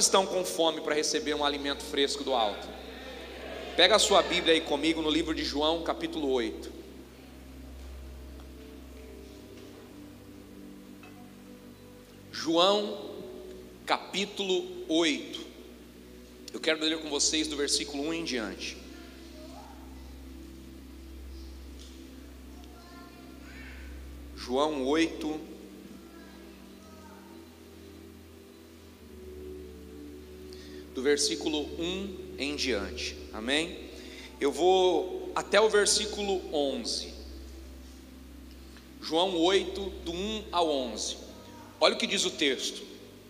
estão com fome para receber um alimento fresco do alto? Pega a sua Bíblia aí comigo no livro de João, capítulo 8. João, capítulo 8. Eu quero ler com vocês do versículo 1 em diante. João 8, do versículo 1 em diante, amém? Eu vou até o versículo 11. João 8, do 1 ao 11. Olha o que diz o texto.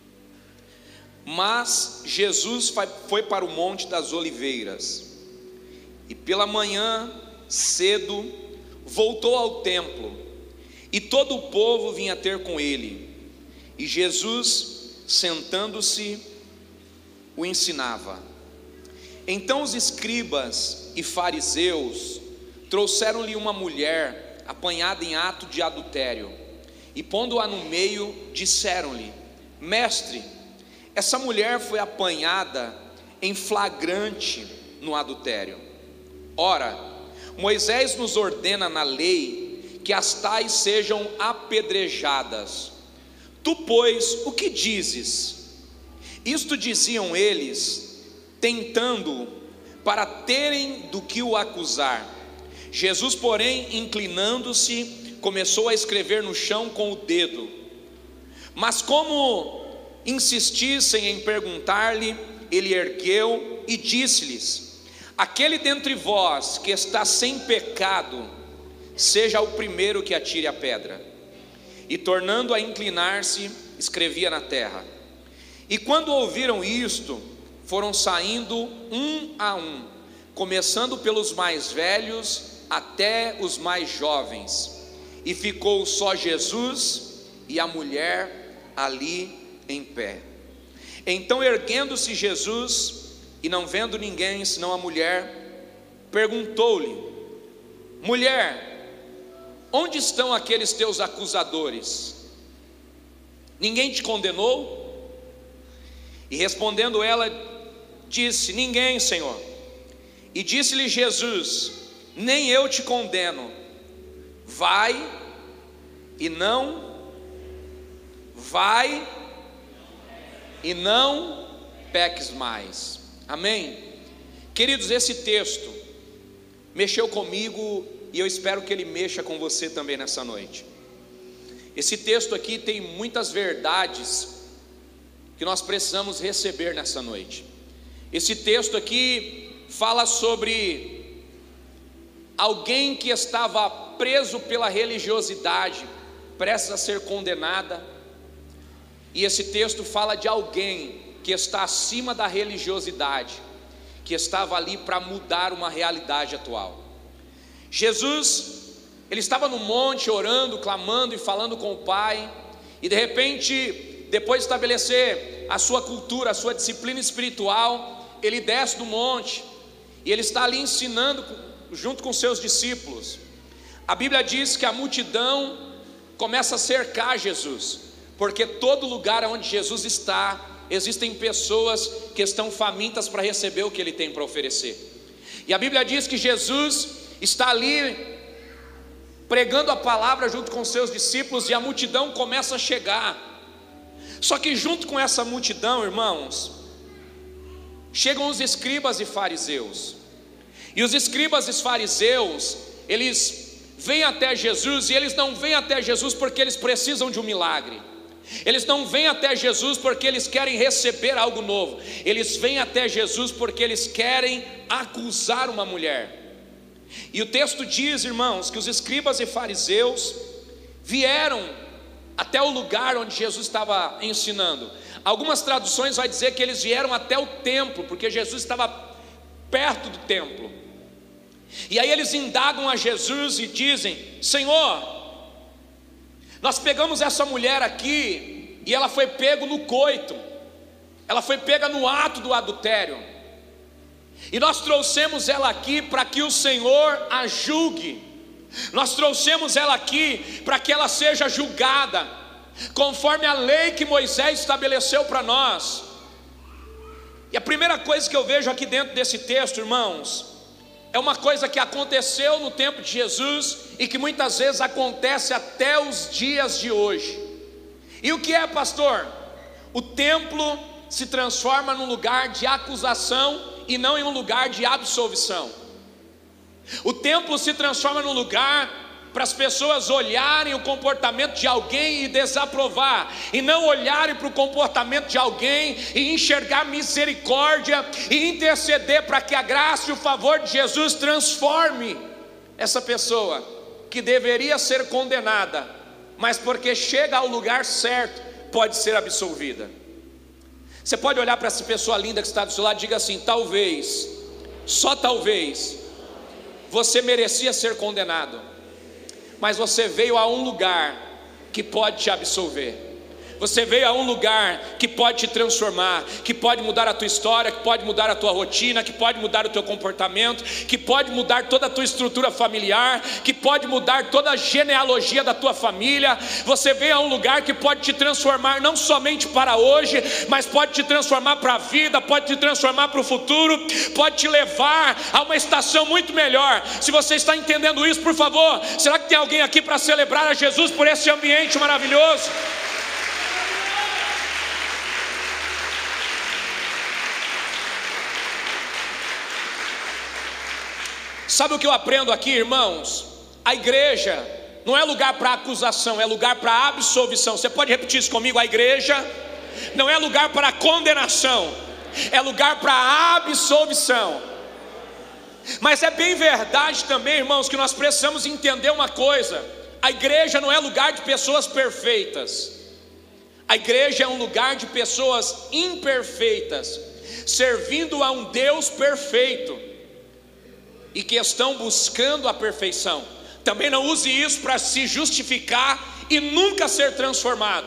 Mas Jesus foi para o Monte das Oliveiras, e pela manhã cedo voltou ao templo, e todo o povo vinha ter com ele, e Jesus, sentando-se, o ensinava. Então os escribas e fariseus trouxeram-lhe uma mulher apanhada em ato de adultério, e pondo-a no meio, disseram-lhe: Mestre, essa mulher foi apanhada em flagrante no adultério. Ora, Moisés nos ordena na lei que as tais sejam apedrejadas. Tu, pois, o que dizes? Isto diziam eles, tentando, para terem do que o acusar. Jesus, porém, inclinando-se, começou a escrever no chão com o dedo. Mas como insistissem em perguntar-lhe, ele ergueu e disse-lhes: Aquele dentre vós que está sem pecado, seja o primeiro que atire a pedra. E tornando a inclinar-se, escrevia na terra. E quando ouviram isto, foram saindo um a um, começando pelos mais velhos até os mais jovens, e ficou só Jesus e a mulher ali em pé. Então, erguendo-se Jesus, e não vendo ninguém senão a mulher, perguntou-lhe: Mulher, onde estão aqueles teus acusadores? Ninguém te condenou? E respondendo ela, disse: Ninguém, Senhor. E disse-lhe Jesus: Nem eu te condeno. Vai e não peques mais. Amém? Queridos, esse texto mexeu comigo, e eu espero que ele mexa com você também nessa noite. Esse texto aqui tem muitas verdades que nós precisamos receber nessa noite. Esse texto aqui fala sobre alguém que estava preso pela religiosidade, prestes a ser condenada. E esse texto fala de alguém que está acima da religiosidade, que estava ali para mudar uma realidade atual. Jesus, ele estava no monte orando, clamando e falando com o Pai, e de repente, depois de estabelecer a sua cultura, a sua disciplina espiritual, ele desce do monte, e ele está ali ensinando junto com seus discípulos. A Bíblia diz que a multidão começa a cercar Jesus, porque todo lugar onde Jesus está, existem pessoas que estão famintas para receber o que ele tem para oferecer. E a Bíblia diz que Jesus está ali pregando a palavra junto com seus discípulos, e a multidão começa a chegar. Só que junto com essa multidão, irmãos, chegam os escribas e fariseus. E os escribas e fariseus, eles vêm até Jesus, e eles não vêm até Jesus porque eles precisam de um milagre. Eles não vêm até Jesus porque eles querem receber algo novo. Eles vêm até Jesus porque eles querem acusar uma mulher. E o texto diz, irmãos, que os escribas e fariseus vieram até o lugar onde Jesus estava ensinando. Algumas traduções vai dizer que eles vieram até o templo, porque Jesus estava perto do templo. E aí eles indagam a Jesus e dizem: Senhor, nós pegamos essa mulher aqui e ela foi pega no coito, ela foi pega no ato do adultério, e nós trouxemos ela aqui para que o Senhor a julgue. Nós trouxemos ela aqui para que ela seja julgada conforme a lei que Moisés estabeleceu para nós. E a primeira coisa que eu vejo aqui dentro desse texto, irmãos, é uma coisa que aconteceu no tempo de Jesus e que muitas vezes acontece até os dias de hoje. E o que é, pastor? O templo se transforma num lugar de acusação e não em um lugar de absolvição. O templo se transforma num lugar para as pessoas olharem o comportamento de alguém e desaprovar, e não olharem para o comportamento de alguém e enxergar misericórdia e interceder para que a graça e o favor de Jesus transforme essa pessoa que deveria ser condenada, mas porque chega ao lugar certo, pode ser absolvida. Você pode olhar para essa pessoa linda que está do seu lado e diga assim: talvez, só talvez, você merecia ser condenado, mas você veio a um lugar que pode te absolver. Você veio a um lugar que pode te transformar, que pode mudar a tua história, que pode mudar a tua rotina, que pode mudar o teu comportamento, que pode mudar toda a tua estrutura familiar, que pode mudar toda a genealogia da tua família. Você veio a um lugar que pode te transformar não somente para hoje, mas pode te transformar para a vida, pode te transformar para o futuro, pode te levar a uma estação muito melhor. Se você está entendendo isso, por favor, será que tem alguém aqui para celebrar a Jesus por esse ambiente maravilhoso? Sabe o que eu aprendo aqui, irmãos? A igreja não é lugar para acusação, é lugar para absolvição. Você pode repetir isso comigo? A igreja não é lugar para condenação, é lugar para absolvição. Mas é bem verdade também, irmãos, que nós precisamos entender uma coisa: a igreja não é lugar de pessoas perfeitas. A igreja é um lugar de pessoas imperfeitas, servindo a um Deus perfeito e que estão buscando a perfeição. Também não use isso para se justificar e nunca ser transformado.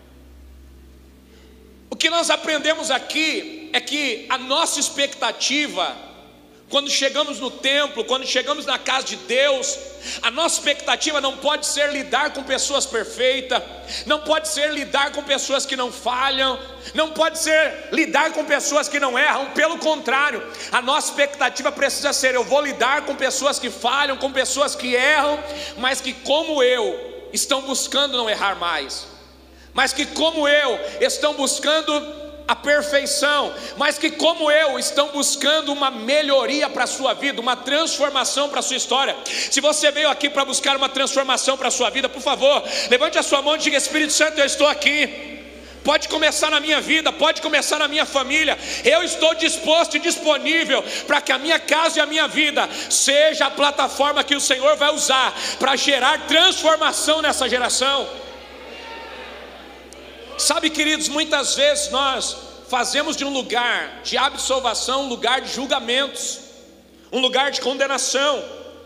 O que nós aprendemos aqui é que a nossa expectativa, quando chegamos no templo, quando chegamos na casa de Deus, a nossa expectativa não pode ser lidar com pessoas perfeitas, não pode ser lidar com pessoas que não falham, não pode ser lidar com pessoas que não erram. Pelo contrário, a nossa expectativa precisa ser: eu vou lidar com pessoas que falham, com pessoas que erram, mas que como eu, estão buscando não errar mais, mas que como eu, estão buscando a perfeição, mas que como eu, estão buscando uma melhoria para a sua vida, uma transformação para a sua história. Se você veio aqui para buscar uma transformação para a sua vida, por favor, levante a sua mão e diga: Espírito Santo, eu estou aqui. Pode começar na minha vida, pode começar na minha família. Eu estou disposto e disponível para que a minha casa e a minha vida seja a plataforma que o Senhor vai usar para gerar transformação nessa geração. Sabe, queridos, muitas vezes nós fazemos de um lugar de absolvação um lugar de julgamentos, um lugar de condenação.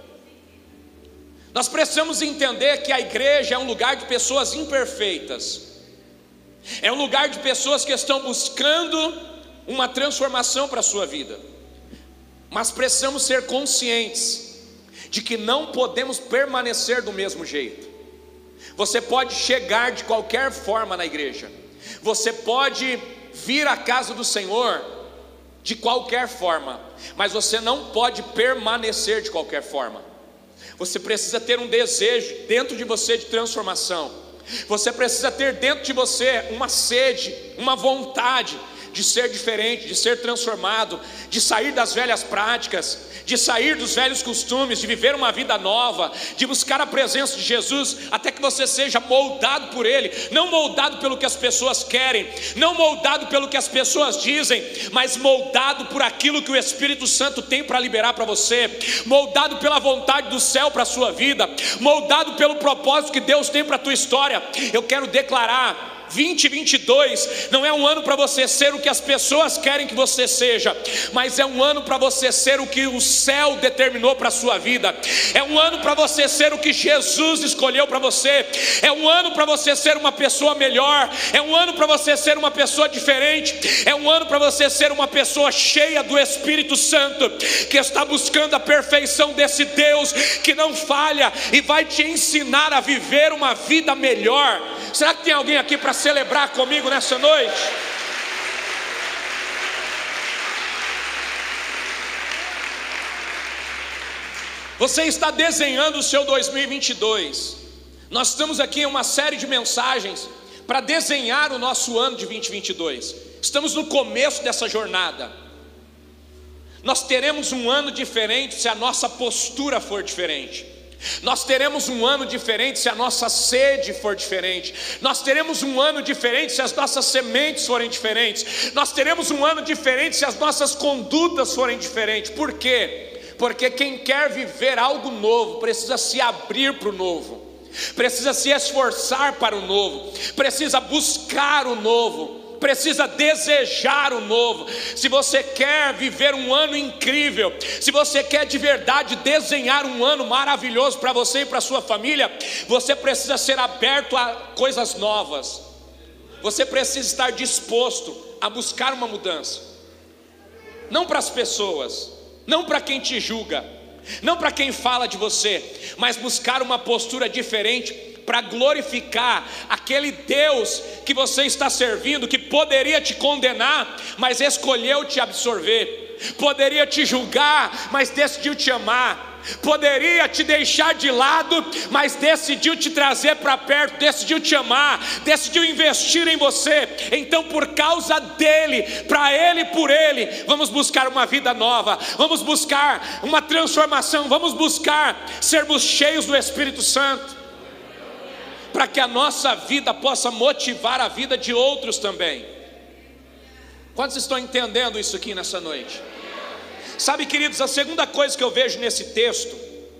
Nós precisamos entender que a igreja é um lugar de pessoas imperfeitas, é um lugar de pessoas que estão buscando uma transformação para a sua vida, mas precisamos ser conscientes de que não podemos permanecer do mesmo jeito. Você pode chegar de qualquer forma na igreja, você pode vir à casa do Senhor de qualquer forma, mas você não pode permanecer de qualquer forma. Você precisa ter um desejo dentro de você de transformação. Você precisa ter dentro de você uma sede, uma vontade de ser diferente, de ser transformado, de sair das velhas práticas, de sair dos velhos costumes, de viver uma vida nova, de buscar a presença de Jesus, até que você seja moldado por Ele, não moldado pelo que as pessoas querem, não moldado pelo que as pessoas dizem, mas moldado por aquilo que o Espírito Santo tem para liberar para você, moldado pela vontade do céu para a sua vida, moldado pelo propósito que Deus tem para a tua história. Eu quero declarar: 2022 não é um ano para você ser o que as pessoas querem que você seja, mas é um ano para você ser o que o céu determinou para a sua vida. É um ano para você ser o que Jesus escolheu para você. É um ano para você ser uma pessoa melhor. É um ano para você ser uma pessoa diferente. É um ano para você ser uma pessoa cheia do Espírito Santo, que está buscando a perfeição desse Deus que não falha e vai te ensinar a viver uma vida melhor. Será que tem alguém aqui para celebrar comigo nessa noite? Você está desenhando o seu 2022. Nós estamos aqui em uma série de mensagens para desenhar o nosso ano de 2022. Estamos no começo dessa jornada. Nós teremos um ano diferente se a nossa postura for diferente. Nós teremos um ano diferente se a nossa sede for diferente. Nós teremos um ano diferente se as nossas sementes forem diferentes. Nós teremos um ano diferente se as nossas condutas forem diferentes. Por quê? Porque quem quer viver algo novo precisa se abrir para o novo, precisa se esforçar para o novo, precisa buscar o novo, precisa desejar o novo. Se você quer viver um ano incrível, se você quer de verdade desenhar um ano maravilhoso para você e para a sua família, você precisa ser aberto a coisas novas. Você precisa estar disposto a buscar uma mudança. Não para as pessoas, não para quem te julga, não para quem fala de você, mas buscar uma postura diferente para glorificar aquele Deus que você está servindo, que poderia te condenar, mas escolheu te absorver, poderia te julgar, mas decidiu te amar, poderia te deixar de lado, mas decidiu te trazer para perto, decidiu te amar, decidiu investir em você. Então, por causa dele, para ele e por ele, vamos buscar uma vida nova, vamos buscar uma transformação, vamos buscar sermos cheios do Espírito Santo, para que a nossa vida possa motivar a vida de outros também. Quantos estão entendendo isso aqui nessa noite? Sabe, queridos, a segunda coisa que eu vejo nesse texto,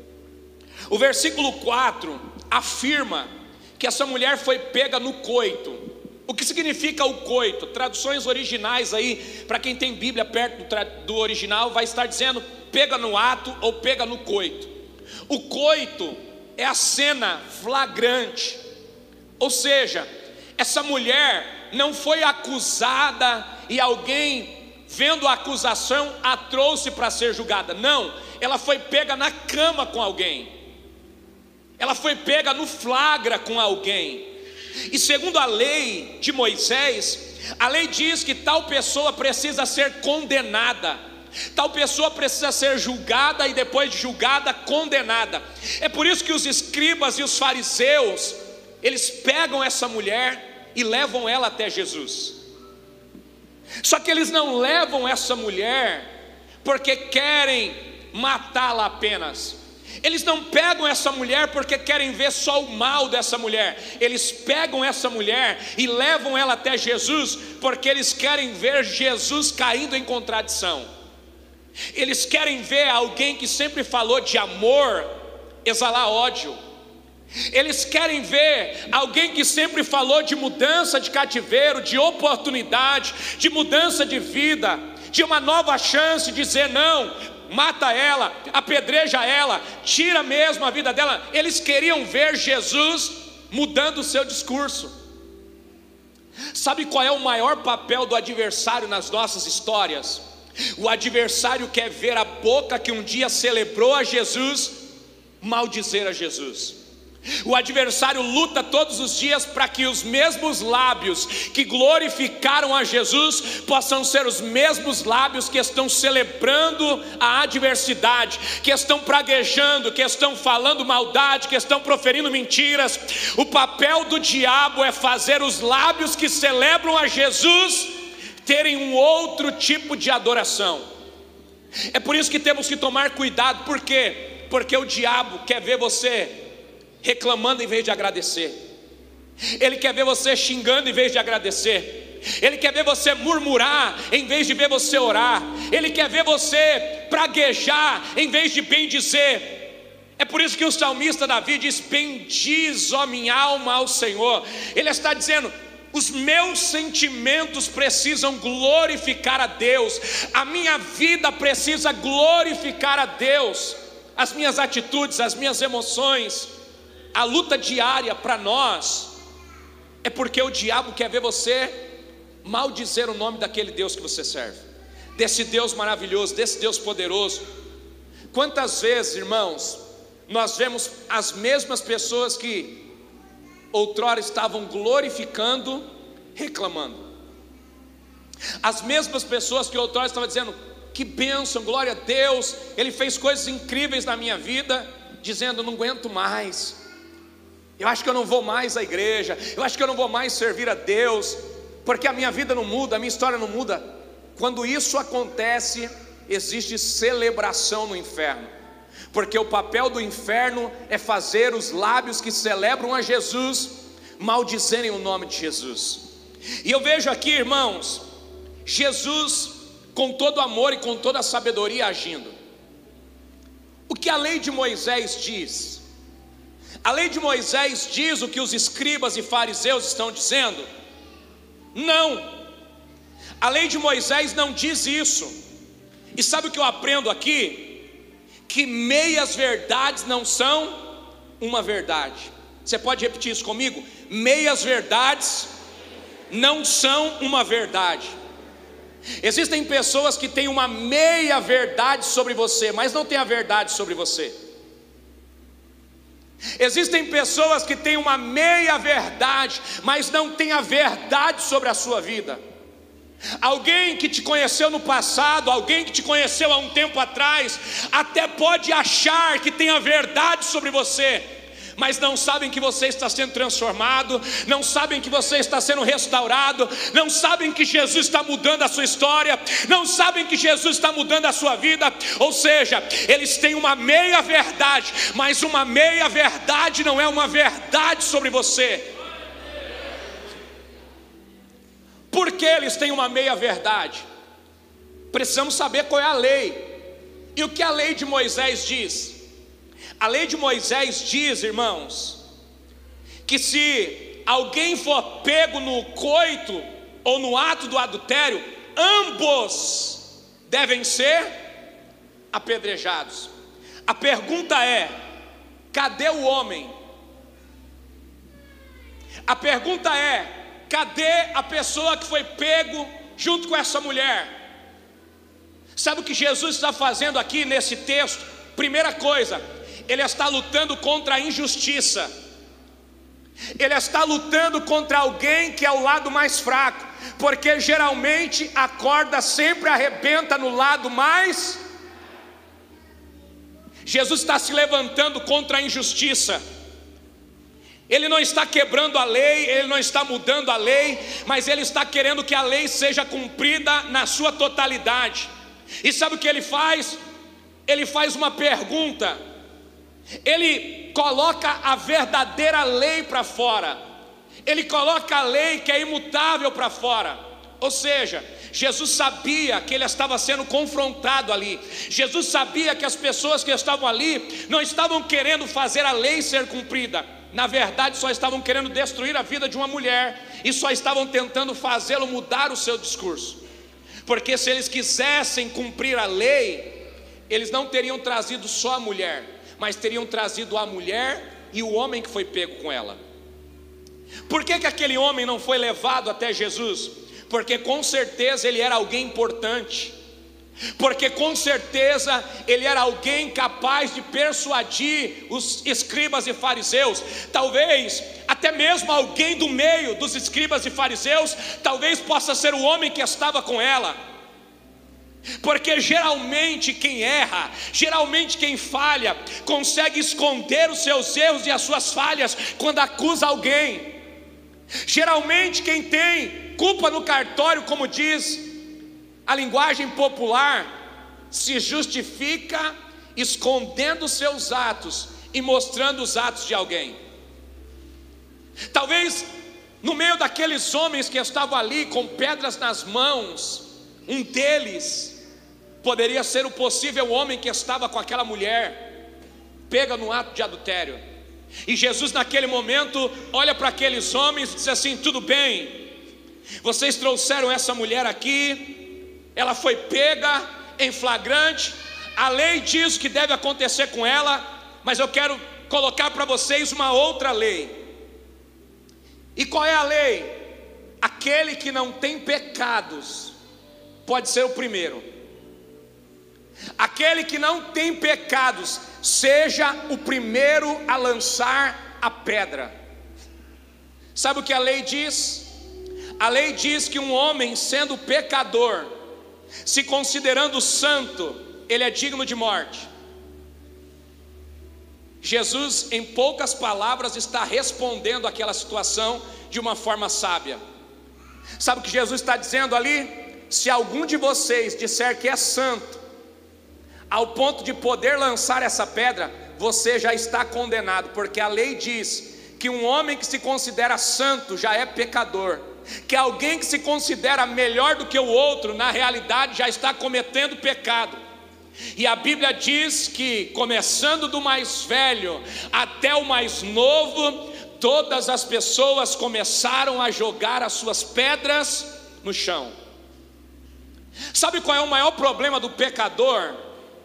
o versículo 4 afirma que essa mulher foi pega no coito. O que significa o coito? Traduções originais aí, para quem tem Bíblia perto do original, vai estar dizendo pega no ato ou pega no coito. O coito é a cena flagrante, ou seja, essa mulher não foi acusada e alguém, vendo a acusação, a trouxe para ser julgada. Não, ela foi pega na cama com alguém, ela foi pega no flagra com alguém. E segundo a lei de Moisés, a lei diz que tal pessoa precisa ser condenada, tal pessoa precisa ser julgada e depois de julgada, condenada. É por isso que os escribas e os fariseus, eles pegam essa mulher e levam ela até Jesus. Só que eles não levam essa mulher porque querem matá-la apenas. Eles não pegam essa mulher porque querem ver só o mal dessa mulher. Eles pegam essa mulher e levam ela até Jesus porque eles querem ver Jesus caindo em contradição. Eles querem ver alguém que sempre falou de amor exalar ódio. Eles querem ver alguém que sempre falou de mudança de cativeiro, de oportunidade, de mudança de vida, de uma nova chance, dizer não, mata ela, apedreja ela, tira mesmo a vida dela. Eles queriam ver Jesus mudando o seu discurso. Sabe qual é o maior papel do adversário nas nossas histórias? O adversário quer ver a boca que um dia celebrou a Jesus maldizer a Jesus. O adversário luta todos os dias para que os mesmos lábios que glorificaram a Jesus possam ser os mesmos lábios que estão celebrando a adversidade, que estão praguejando, que estão falando maldade, que estão proferindo mentiras. O papel do diabo é fazer os lábios que celebram a Jesus terem um outro tipo de adoração. É por isso que temos que tomar cuidado. Por quê? Porque o diabo quer ver você reclamando em vez de agradecer. Ele quer ver você xingando em vez de agradecer. Ele quer ver você murmurar em vez de ver você orar. Ele quer ver você praguejar em vez de bendizer. É por isso que o salmista Davi diz: bendiz, ó minha alma, ao Senhor. Ele está dizendo: os meus sentimentos precisam glorificar a Deus, a minha vida precisa glorificar a Deus, as minhas atitudes, as minhas emoções. A luta diária para nós é porque o diabo quer ver você maldizer o nome daquele Deus que você serve, desse Deus maravilhoso, desse Deus poderoso. Quantas vezes, irmãos, nós vemos as mesmas pessoas que outrora estavam glorificando, reclamando. As mesmas pessoas que outrora estavam dizendo: que bênção, glória a Deus, ele fez coisas incríveis na minha vida, dizendo: não aguento mais, eu acho que eu não vou mais à igreja, eu acho que eu não vou mais servir a Deus, porque a minha vida não muda, a minha história não muda. Quando isso acontece, existe celebração no inferno, porque o papel do inferno é fazer os lábios que celebram a Jesus maldizerem o nome de Jesus. E eu vejo aqui, irmãos, Jesus com todo amor e com toda a sabedoria agindo. O que a lei de Moisés diz? A lei de Moisés diz o que os escribas e fariseus estão dizendo? Não, a lei de Moisés não diz isso. E sabe o que eu aprendo aqui? Que meias verdades não são uma verdade. Você pode repetir isso comigo? Meias verdades não são uma verdade. Existem pessoas que têm uma meia verdade sobre você, mas não têm a verdade sobre você. Existem pessoas que têm uma meia verdade, mas não têm a verdade sobre a sua vida. Alguém que te conheceu no passado, alguém que te conheceu há um tempo atrás, até pode achar que tem a verdade sobre você, mas não sabem que você está sendo transformado, não sabem que você está sendo restaurado, não sabem que Jesus está mudando a sua história, não sabem que Jesus está mudando a sua vida. Ou seja, eles têm uma meia verdade, mas uma meia verdade não é uma verdade sobre você. Por que eles têm uma meia verdade? Precisamos saber qual é a lei. E o que a lei de Moisés diz? A lei de Moisés diz, irmãos, que se alguém for pego no coito ou no ato do adultério, ambos devem ser apedrejados. A pergunta é: cadê o homem? A pergunta é: cadê a pessoa que foi pego junto com essa mulher? Sabe o que Jesus está fazendo aqui nesse texto? Primeira coisa, ele está lutando contra a injustiça. Ele está lutando contra alguém que é o lado mais fraco, porque geralmente a corda sempre arrebenta no lado mais. Jesus está se levantando contra a injustiça. Ele não está quebrando a lei, ele não está mudando a lei, mas ele está querendo que a lei seja cumprida na sua totalidade. E sabe o que ele faz? Ele faz uma pergunta. Ele coloca a verdadeira lei para fora. Ele coloca a lei que é imutável para fora. Ou seja, Jesus sabia que ele estava sendo confrontado ali. Jesus sabia que as pessoas que estavam ali não estavam querendo fazer a lei ser cumprida. Na verdade, só estavam querendo destruir a vida de uma mulher, e só estavam tentando fazê-lo mudar o seu discurso. Porque se eles quisessem cumprir a lei, eles não teriam trazido só a mulher, mas teriam trazido a mulher e o homem que foi pego com ela. Por que aquele homem não foi levado até Jesus? Porque com certeza ele era alguém importante, porque com certeza ele era alguém capaz de persuadir os escribas e fariseus. Talvez até mesmo alguém do meio dos escribas e fariseus, talvez possa ser o homem que estava com ela. Porque geralmente quem erra, geralmente quem falha, consegue esconder os seus erros e as suas falhas quando acusa alguém. Geralmente quem tem culpa no cartório, como diz a linguagem popular, se justifica escondendo seus atos e mostrando os atos de alguém. Talvez no meio daqueles homens que estavam ali com pedras nas mãos, um deles poderia ser o possível homem que estava com aquela mulher pega no ato de adultério. E Jesus naquele momento olha para aqueles homens e diz assim: tudo bem, vocês trouxeram essa mulher aqui, ela foi pega em flagrante, a lei diz o que deve acontecer com ela, mas eu quero colocar para vocês uma outra lei. E qual é a lei? Aquele que não tem pecados pode ser o primeiro. Aquele que não tem pecados seja o primeiro a lançar a pedra. Sabe o que a lei diz? A lei diz que um homem sendo pecador, se considerando santo, ele é digno de morte. Jesus, em poucas palavras, está respondendo àquela situação de uma forma sábia. Sabe o que Jesus está dizendo ali? Se algum de vocês disser que é santo, ao ponto de poder lançar essa pedra, você já está condenado, porque a lei diz que um homem que se considera santo já é pecador, que alguém que se considera melhor do que o outro, na realidade já está cometendo pecado. E a Bíblia diz que, começando do mais velho até o mais novo, todas as pessoas começaram a jogar as suas pedras no chão. Sabe qual é o maior problema do pecador?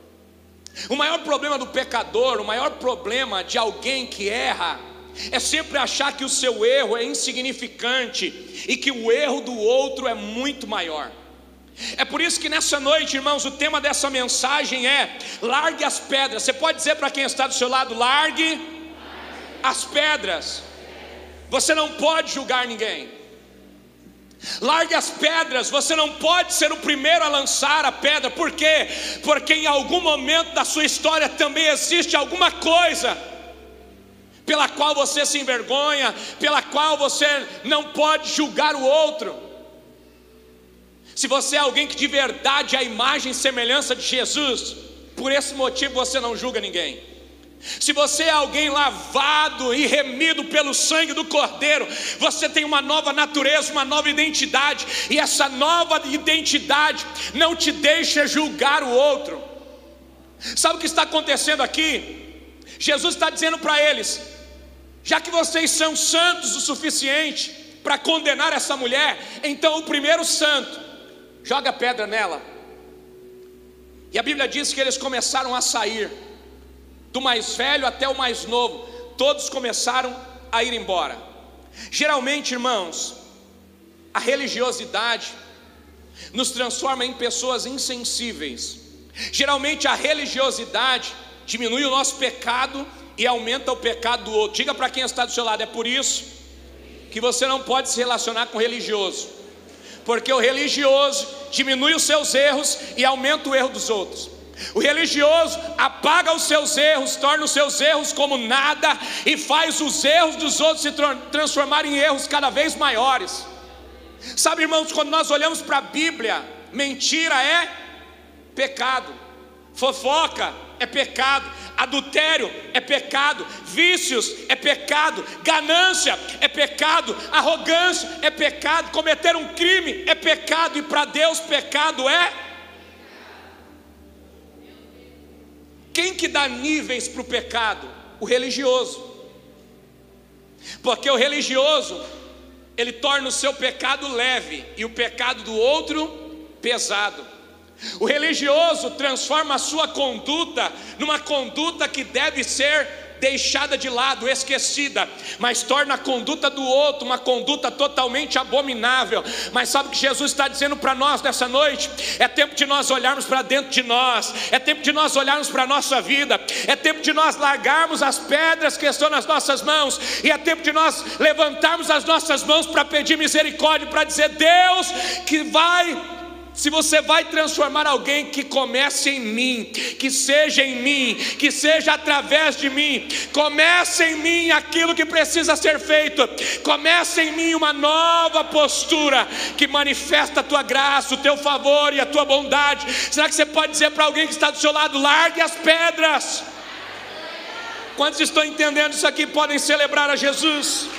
O maior problema do pecador, o maior problema de alguém que erra, é sempre achar que o seu erro é insignificante e que o erro do outro é muito maior. É por isso que nessa noite, irmãos, o tema dessa mensagem é: largue as pedras. Você pode dizer para quem está do seu lado: largue as pedras. Você não pode julgar ninguém. Largue as pedras. Você não pode ser o primeiro a lançar a pedra. Por quê? Porque em algum momento da sua história também existe alguma coisa pela qual você se envergonha, pela qual você não pode julgar o outro. Se você é alguém que de verdade é a imagem e semelhança de Jesus, por esse motivo você não julga ninguém. Se você é alguém lavado e remido pelo sangue do Cordeiro, você tem uma nova natureza, uma nova identidade, e essa nova identidade não te deixa julgar o outro. Sabe o que está acontecendo aqui? Jesus está dizendo para eles: já que vocês são santos o suficiente para condenar essa mulher, então o primeiro santo joga pedra nela. E a Bíblia diz que eles começaram a sair, do mais velho até o mais novo, todos começaram a ir embora. Geralmente, irmãos, a religiosidade nos transforma em pessoas insensíveis. Geralmente a religiosidade diminui o nosso pecado e aumenta o pecado do outro. Diga para quem está do seu lado: é por isso que você não pode se relacionar com o religioso, porque o religioso diminui os seus erros e aumenta o erro dos outros. O religioso apaga os seus erros, torna os seus erros como nada e faz os erros dos outros se transformarem em erros cada vez maiores. Sabe, irmãos, quando nós olhamos para a Bíblia, mentira é pecado, fofoca é pecado, adultério é pecado, vícios é pecado, ganância é pecado, arrogância é pecado, cometer um crime é pecado, e para Deus pecado é... Quem que dá níveis para o pecado? O religioso. Porque o religioso, ele torna o seu pecado leve e o pecado do outro pesado. O religioso transforma a sua conduta numa conduta que deve ser deixada de lado, esquecida, mas torna a conduta do outro uma conduta totalmente abominável. Mas sabe o que Jesus está dizendo para nós nessa noite? É tempo de nós olharmos para dentro de nós, é tempo de nós olharmos para a nossa vida, é tempo de nós largarmos as pedras que estão nas nossas mãos, e é tempo de nós levantarmos as nossas mãos para pedir misericórdia, para dizer: Deus, que vai... Se você vai transformar alguém, que comece em mim, que seja em mim, que seja através de mim. Comece em mim aquilo que precisa ser feito. Comece em mim uma nova postura que manifesta a tua graça, o teu favor e a tua bondade. Será que você pode dizer para alguém que está do seu lado: largue as pedras? Quantos estão entendendo isso aqui podem celebrar a Jesus?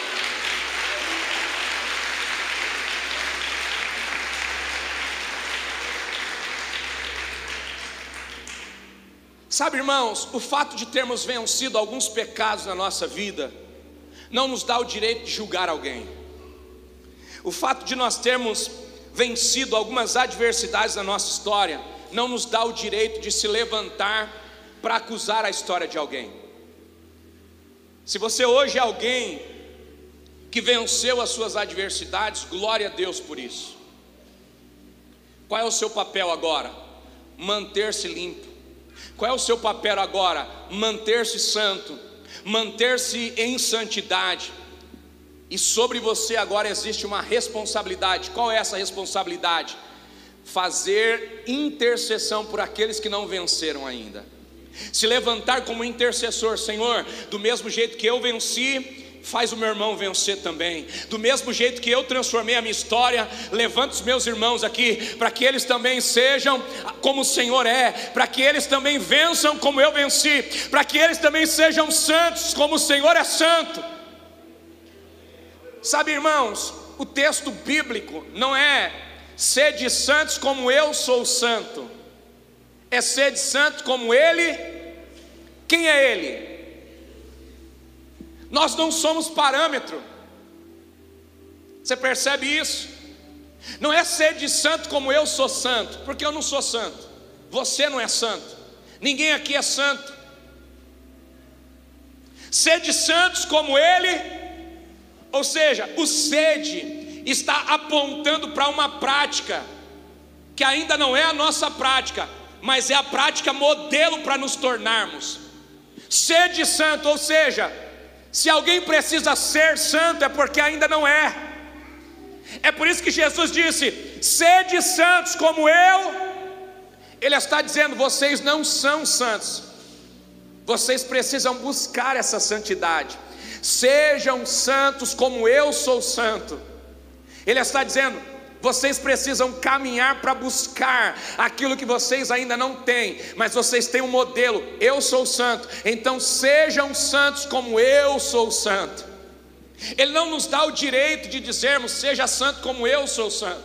Sabe, irmãos, o fato de termos vencido alguns pecados na nossa vida não nos dá o direito de julgar alguém. O fato de nós termos vencido algumas adversidades na nossa história não nos dá o direito de se levantar para acusar a história de alguém. Se você hoje é alguém que venceu as suas adversidades, glória a Deus por isso. Qual é o seu papel agora? Manter-se limpo. Qual é o seu papel agora? Manter-se santo, manter-se em santidade. E sobre você agora existe uma responsabilidade. Qual é essa responsabilidade? fazer intercessão por aqueles que não venceram ainda. Se levantar como intercessor: Senhor, do mesmo jeito que eu venci, faz o meu irmão vencer também. Do mesmo jeito que eu transformei a minha história, levanta os meus irmãos aqui, para que eles também sejam como o Senhor é, para que eles também vençam como eu venci, para que eles também sejam santos como o Senhor é santo. Sabe, irmãos, o texto bíblico não é sede santos como eu sou santo, é sede santo como Ele. Quem é Ele? Nós não somos parâmetro. Você percebe isso? Não é ser de santo como eu sou santo, porque eu não sou santo. Você não é santo. Ninguém aqui é santo. Ser de santos como Ele, ou seja, o sede está apontando para uma prática que ainda não é a nossa prática, mas é a prática modelo para nos tornarmos. Ser de santo, ou seja, se alguém precisa ser santo é porque ainda não é. É por isso que Jesus disse: sede santos como eu. Ele está dizendo: vocês não são santos, vocês precisam buscar essa santidade. Sejam santos como eu sou santo. Ele está dizendo: vocês precisam caminhar para buscar aquilo que vocês ainda não têm, mas vocês têm um modelo: eu sou santo, então sejam santos como eu sou santo. Ele não nos dá o direito de dizermos: seja santo como eu sou santo.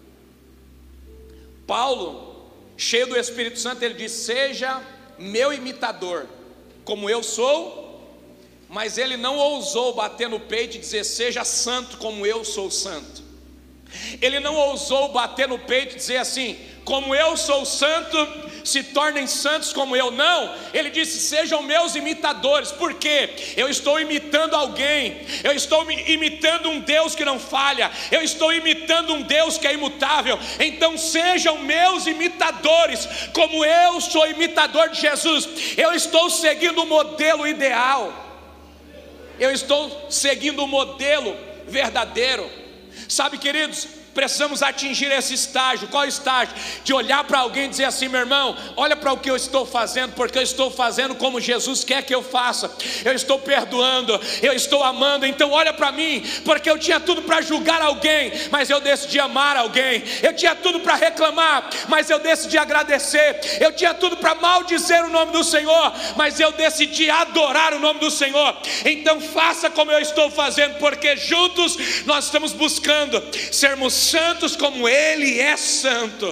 Paulo, cheio do Espírito Santo, ele diz: seja meu imitador, como eu sou. Mas ele não ousou bater no peito e dizer: seja santo como eu sou santo. Ele não ousou bater no peito e dizer assim: como eu sou santo, se tornem santos como eu. Não, ele disse: sejam meus imitadores. Por quê? Eu estou imitando alguém, eu estou imitando um Deus que não falha, eu estou imitando um Deus que é imutável. Então sejam meus imitadores, como eu sou imitador de Jesus. Eu estou seguindo o modelo ideal, eu estou seguindo o modelo verdadeiro. Sabe, queridos, precisamos atingir esse estágio. Qual estágio? De olhar para alguém e dizer assim: meu irmão, olha para o que eu estou fazendo, porque eu estou fazendo como Jesus quer que eu faça. Eu estou perdoando, eu estou amando. Então olha para mim, porque eu tinha tudo para julgar alguém, mas eu decidi amar alguém. Eu tinha tudo para reclamar, mas eu decidi agradecer. Eu tinha tudo para maldizer o nome do Senhor, mas eu decidi adorar o nome do Senhor. Então faça como eu estou fazendo, porque juntos nós estamos buscando sermos santos como Ele é santo.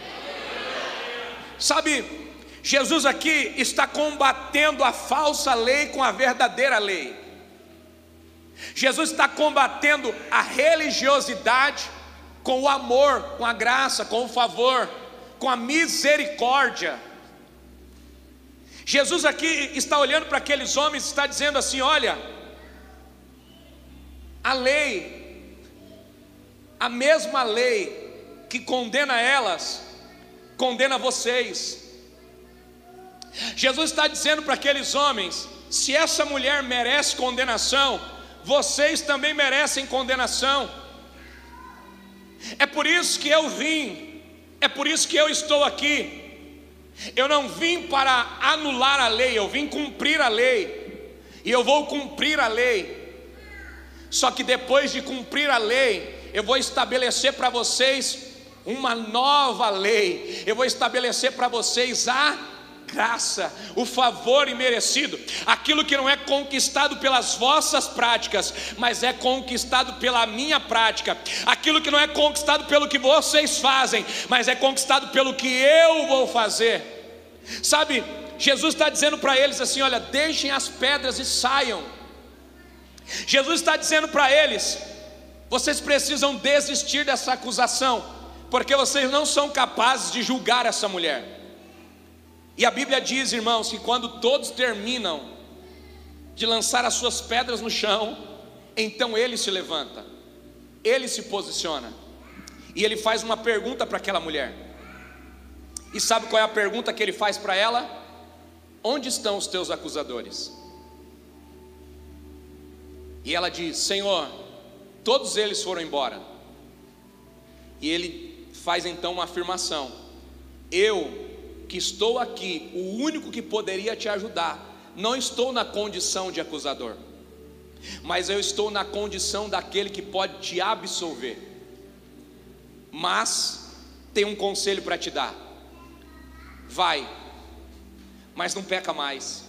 Sabe, Jesus aqui está combatendo a falsa lei com a verdadeira lei. Jesus está combatendo a religiosidade com o amor, com a graça, com o favor, com a misericórdia. Jesus aqui está olhando para aqueles homens e está dizendo assim: olha, a lei, a mesma lei que condena elas, condena vocês. Jesus está dizendo para aqueles homens: se essa mulher merece condenação, vocês também merecem condenação. É por isso que eu vim, é por isso que eu estou aqui. Eu não vim para anular a lei, eu vim cumprir a lei, e eu vou cumprir a lei. Só que depois de cumprir a lei, eu vou estabelecer para vocês uma nova lei. Eu vou estabelecer para vocês a graça, o favor imerecido, aquilo que não é conquistado pelas vossas práticas, mas é conquistado pela minha prática, aquilo que não é conquistado pelo que vocês fazem, mas é conquistado pelo que eu vou fazer. Sabe, Jesus está dizendo para eles assim: olha, deixem as pedras e saiam. Jesus está dizendo para eles: vocês precisam desistir dessa acusação, porque vocês não são capazes de julgar essa mulher. E a Bíblia diz, irmãos, que quando todos terminam de lançar as suas pedras no chão, então ele se levanta, ele se posiciona, e ele faz uma pergunta para aquela mulher. E sabe qual é a pergunta que ele faz para ela? Onde estão os teus acusadores? E ela diz: Senhor, todos eles foram embora. E ele faz então uma afirmação: eu que estou aqui, o único que poderia te ajudar, não estou na condição de acusador, mas eu estou na condição daquele que pode te absolver. Mas tem um conselho para te dar: vai, mas não peca mais,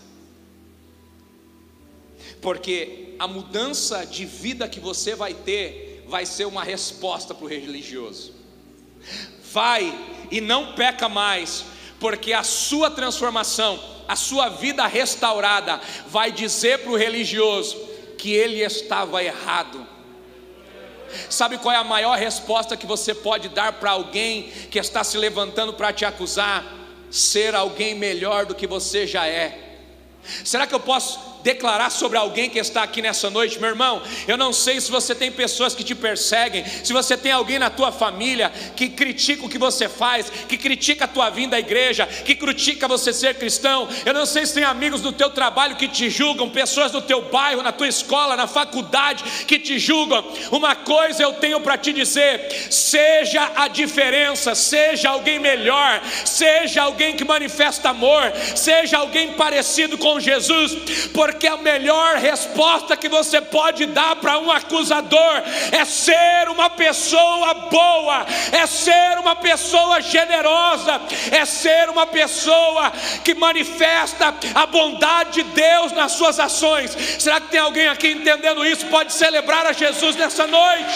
porque a mudança de vida que você vai ter vai ser uma resposta para o religioso. Vai e não peca mais, porque a sua transformação, a sua vida restaurada vai dizer para o religioso que ele estava errado. Sabe qual é a maior resposta que você pode dar para alguém que está se levantando para te acusar? Ser alguém melhor do que você já é. Será que eu posso declarar sobre alguém que está aqui nessa noite? Meu irmão, eu não sei se você tem pessoas que te perseguem, se você tem alguém na tua família que critica o que você faz, que critica a tua vinda à igreja, que critica você ser cristão. Eu não sei se tem amigos do teu trabalho que te julgam, pessoas do teu bairro, na tua escola, na faculdade que te julgam. Uma coisa eu tenho para te dizer: seja a diferença, seja alguém melhor, seja alguém que manifesta amor, seja alguém parecido com Jesus, porque a melhor resposta que você pode dar para um acusador é ser uma pessoa boa, é ser uma pessoa generosa, é ser uma pessoa que manifesta a bondade de Deus nas suas ações. Será que tem alguém aqui entendendo isso? Pode celebrar a Jesus nessa noite.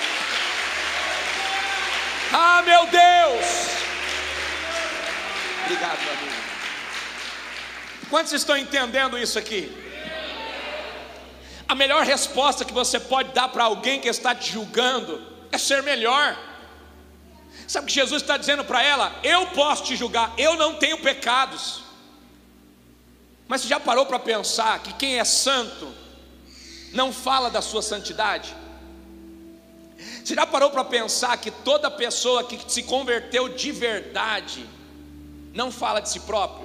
Ah, meu Deus! Obrigado, meu amigo. Quantos estão entendendo isso aqui? A melhor resposta que você pode dar para alguém que está te julgando é ser melhor. Sabe o que Jesus está dizendo para ela? Eu posso te julgar, eu não tenho pecados. Mas você já parou para pensar que quem é santo não fala da sua santidade? Você já parou para pensar que toda pessoa que se converteu de verdade não fala de si próprio?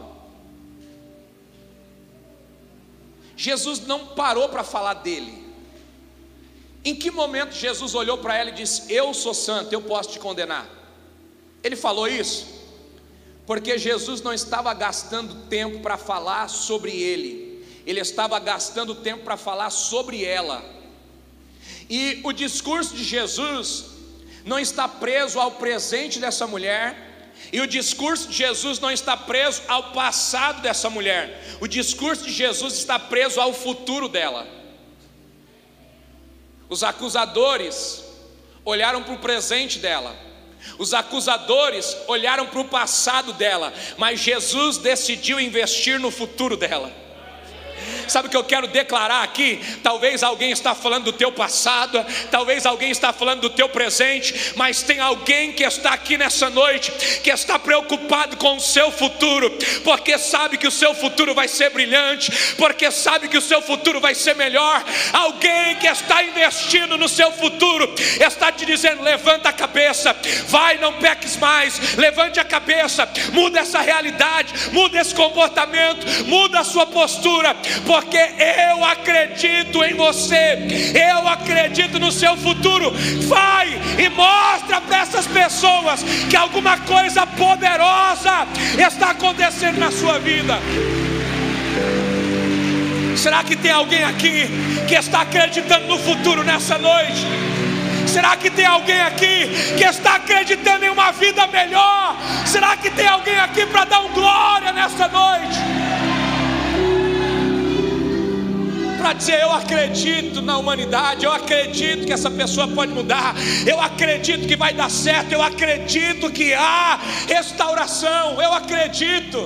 Jesus não parou para falar dele. Em que momento Jesus olhou para ela e disse: eu sou santo, eu posso te condenar? Ele falou isso porque Jesus não estava gastando tempo para falar sobre ele, ele estava gastando tempo para falar sobre ela. E o discurso de Jesus não está preso ao presente dessa mulher, e o discurso de Jesus não está preso ao passado dessa mulher. O discurso de Jesus está preso ao futuro dela. Os acusadores olharam para o presente dela, os acusadores olharam para o passado dela, mas Jesus decidiu investir no futuro dela. Sabe o que eu quero declarar aqui? Talvez alguém está falando do teu passado, talvez alguém está falando do teu presente, mas tem alguém que está aqui nessa noite, que está preocupado com o seu futuro, porque sabe que o seu futuro vai ser brilhante, porque sabe que o seu futuro vai ser melhor. Alguém que está investindo no seu futuro, está te dizendo: levanta a cabeça, vai, não peques mais, levante a cabeça, muda essa realidade, muda esse comportamento, muda a sua postura, porque eu acredito em você, eu acredito no seu futuro. Vai e mostra para essas pessoas que alguma coisa poderosa está acontecendo na sua vida. Será que tem alguém aqui que está acreditando no futuro nessa noite? Será que tem alguém aqui que está acreditando em uma vida melhor? Será que tem alguém aqui para dar um glória nessa noite? Para dizer: eu acredito na humanidade, eu acredito que essa pessoa pode mudar, eu acredito que vai dar certo, eu acredito que há restauração, eu acredito.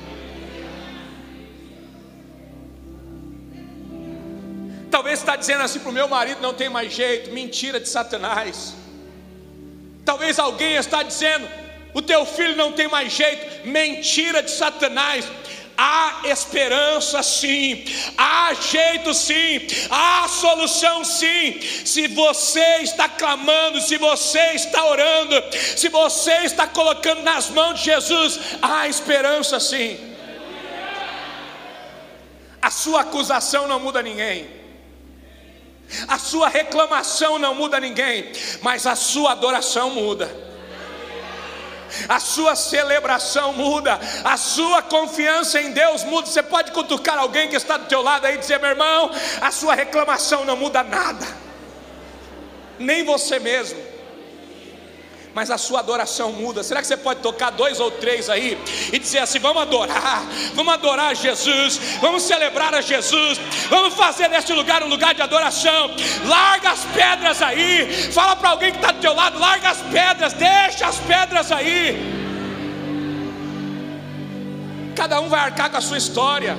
Talvez está dizendo assim: para o meu marido não tem mais jeito. Mentira de Satanás. Talvez alguém está dizendo: o teu filho não tem mais jeito. Mentira de Satanás. Há esperança sim, há jeito sim, há solução sim. Se você está clamando, se você está orando, se você está colocando nas mãos de Jesus, há esperança sim. A sua acusação não muda ninguém, a sua reclamação não muda ninguém, mas a sua adoração muda. a sua celebração muda, a sua confiança em Deus muda. Você pode cutucar alguém que está do teu lado aí e dizer: meu irmão, a sua reclamação não muda nada, nem você mesmo, mas a sua adoração muda. Será que você pode tocar 2 ou 3 aí e dizer assim: vamos adorar a Jesus, vamos celebrar a Jesus, vamos fazer deste lugar um lugar de adoração. Larga as pedras aí, fala para alguém que está do teu lado: larga as pedras, deixa as pedras aí. Cada um vai arcar com a sua história.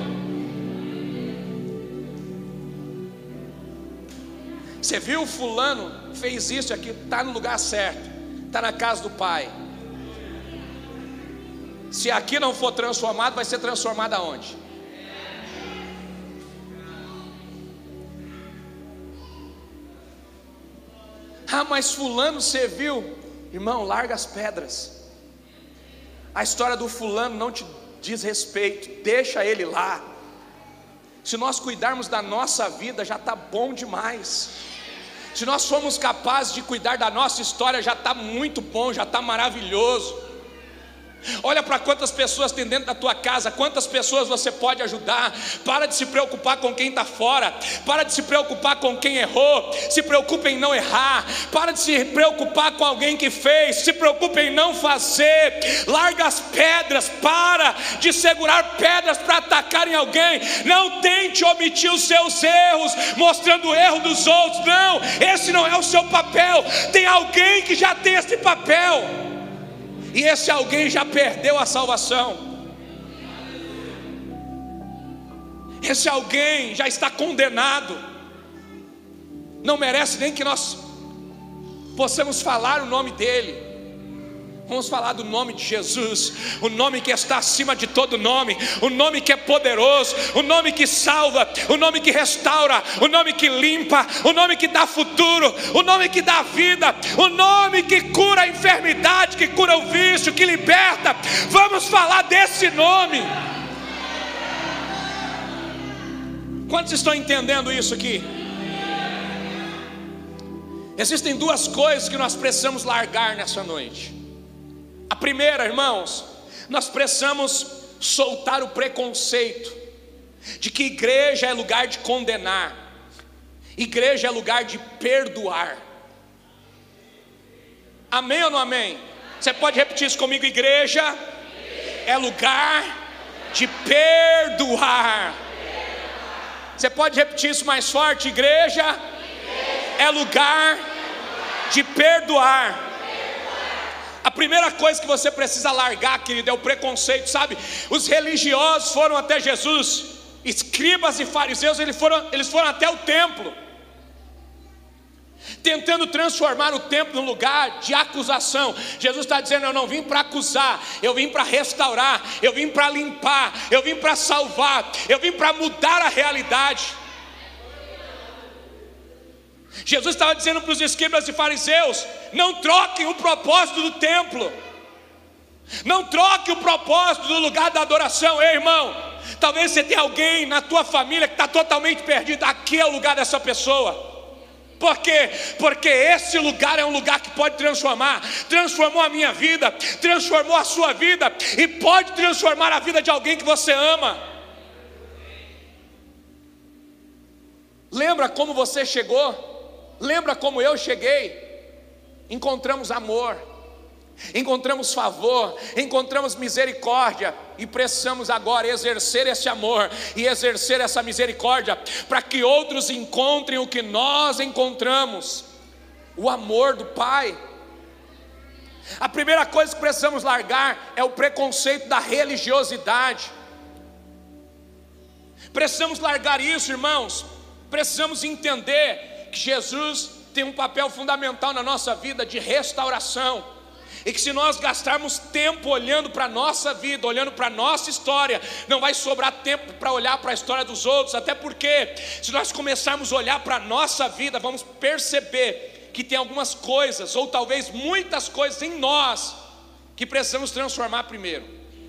Você viu, fulano fez isso aqui, está no lugar certo, está na casa do Pai. Se aqui não for transformado, vai ser transformado aonde? Ah, mas fulano você viu? Irmão, larga as pedras. A história do fulano não te diz respeito, deixa ele lá. Se nós cuidarmos da nossa vida, já está bom demais. Se nós formos capazes de cuidar da nossa história, já está muito bom, já está maravilhoso. Olha para quantas pessoas tem dentro da tua casa, quantas pessoas você pode ajudar. Para de se preocupar com quem está fora, para de se preocupar com quem errou, se preocupe em não errar. Para de se preocupar com alguém que fez, se preocupe em não fazer. Larga as pedras, para de segurar pedras para atacar em alguém. Não tente omitir os seus erros, mostrando o erro dos outros. Não, esse não é o seu papel. Tem alguém que já tem esse papel, e esse alguém já perdeu a salvação. Esse alguém já está condenado, não merece nem que nós possamos falar o nome dele. Vamos falar do nome de Jesus, o nome que está acima de todo nome, o nome que é poderoso, o nome que salva, o nome que restaura, o nome que limpa, o nome que dá futuro, o nome que dá vida, o nome que cura a enfermidade, que cura o vício, que liberta. Vamos falar desse nome. Quantos estão entendendo isso aqui? Existem 2 coisas que nós precisamos largar nessa noite. A primeira, irmãos, nós precisamos soltar o preconceito de que igreja é lugar de condenar, igreja é lugar de perdoar. Amém ou não amém? Você pode repetir isso comigo? Igreja é lugar de perdoar. Você pode repetir isso mais forte? Igreja é lugar de perdoar. A primeira coisa que você precisa largar, querido, é o preconceito, sabe? Os religiosos foram até Jesus, escribas e fariseus, eles foram até o templo, tentando transformar o templo num lugar de acusação. Jesus está dizendo: eu não vim para acusar, eu vim para restaurar, eu vim para limpar, eu vim para salvar, eu vim para mudar a realidade. Jesus estava dizendo para os escribas e fariseus: não troquem o propósito do templo, não troquem o propósito do lugar da adoração. Ei, irmão, talvez você tenha alguém na tua família que está totalmente perdido. Aqui é o lugar dessa pessoa. Por quê? Porque esse lugar é um lugar que pode transformar. Transformou a minha vida, transformou a sua vida, e pode transformar a vida de alguém que você ama. Lembra como você chegou? Lembra como eu cheguei? Encontramos amor, encontramos favor, encontramos misericórdia, e precisamos agora exercer esse amor e exercer essa misericórdia para que outros encontrem o que nós encontramos: o amor do Pai. A primeira coisa que precisamos largar é o preconceito da religiosidade. Precisamos largar isso, irmãos. Precisamos entender que Jesus tem um papel fundamental na nossa vida de restauração, e que se nós gastarmos tempo olhando para a nossa vida, olhando para a nossa história, não vai sobrar tempo para olhar para a história dos outros. Até porque se nós começarmos a olhar para a nossa vida, vamos perceber que tem algumas coisas, ou talvez muitas coisas em nós, que precisamos transformar primeiro.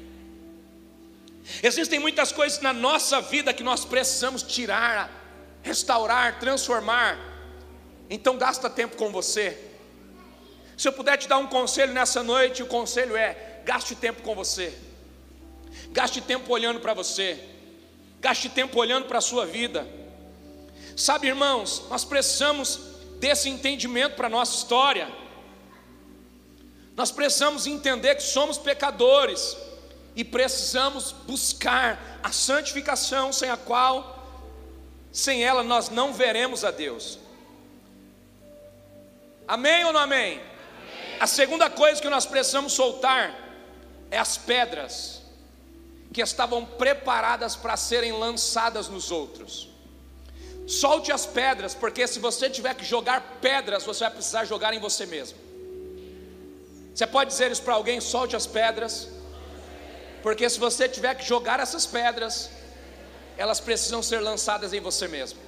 Existem muitas coisas na nossa vida que nós precisamos tirar, restaurar, transformar. Então gasta tempo com você. Se eu puder te dar um conselho nessa noite, o conselho é: gaste tempo com você, gaste tempo olhando para você, gaste tempo olhando para a sua vida. Sabe, irmãos, nós precisamos desse entendimento para a nossa história. Nós precisamos entender que somos pecadores e precisamos buscar a santificação, sem ela nós não veremos a Deus. Amém ou não amém? Amém. A segunda coisa que nós precisamos soltar é as pedras que estavam preparadas para serem lançadas nos outros. Solte as pedras, porque se você tiver que jogar pedras, você vai precisar jogar em você mesmo. Você pode dizer isso para alguém: solte as pedras, porque se você tiver que jogar essas pedras, elas precisam ser lançadas em você mesmo.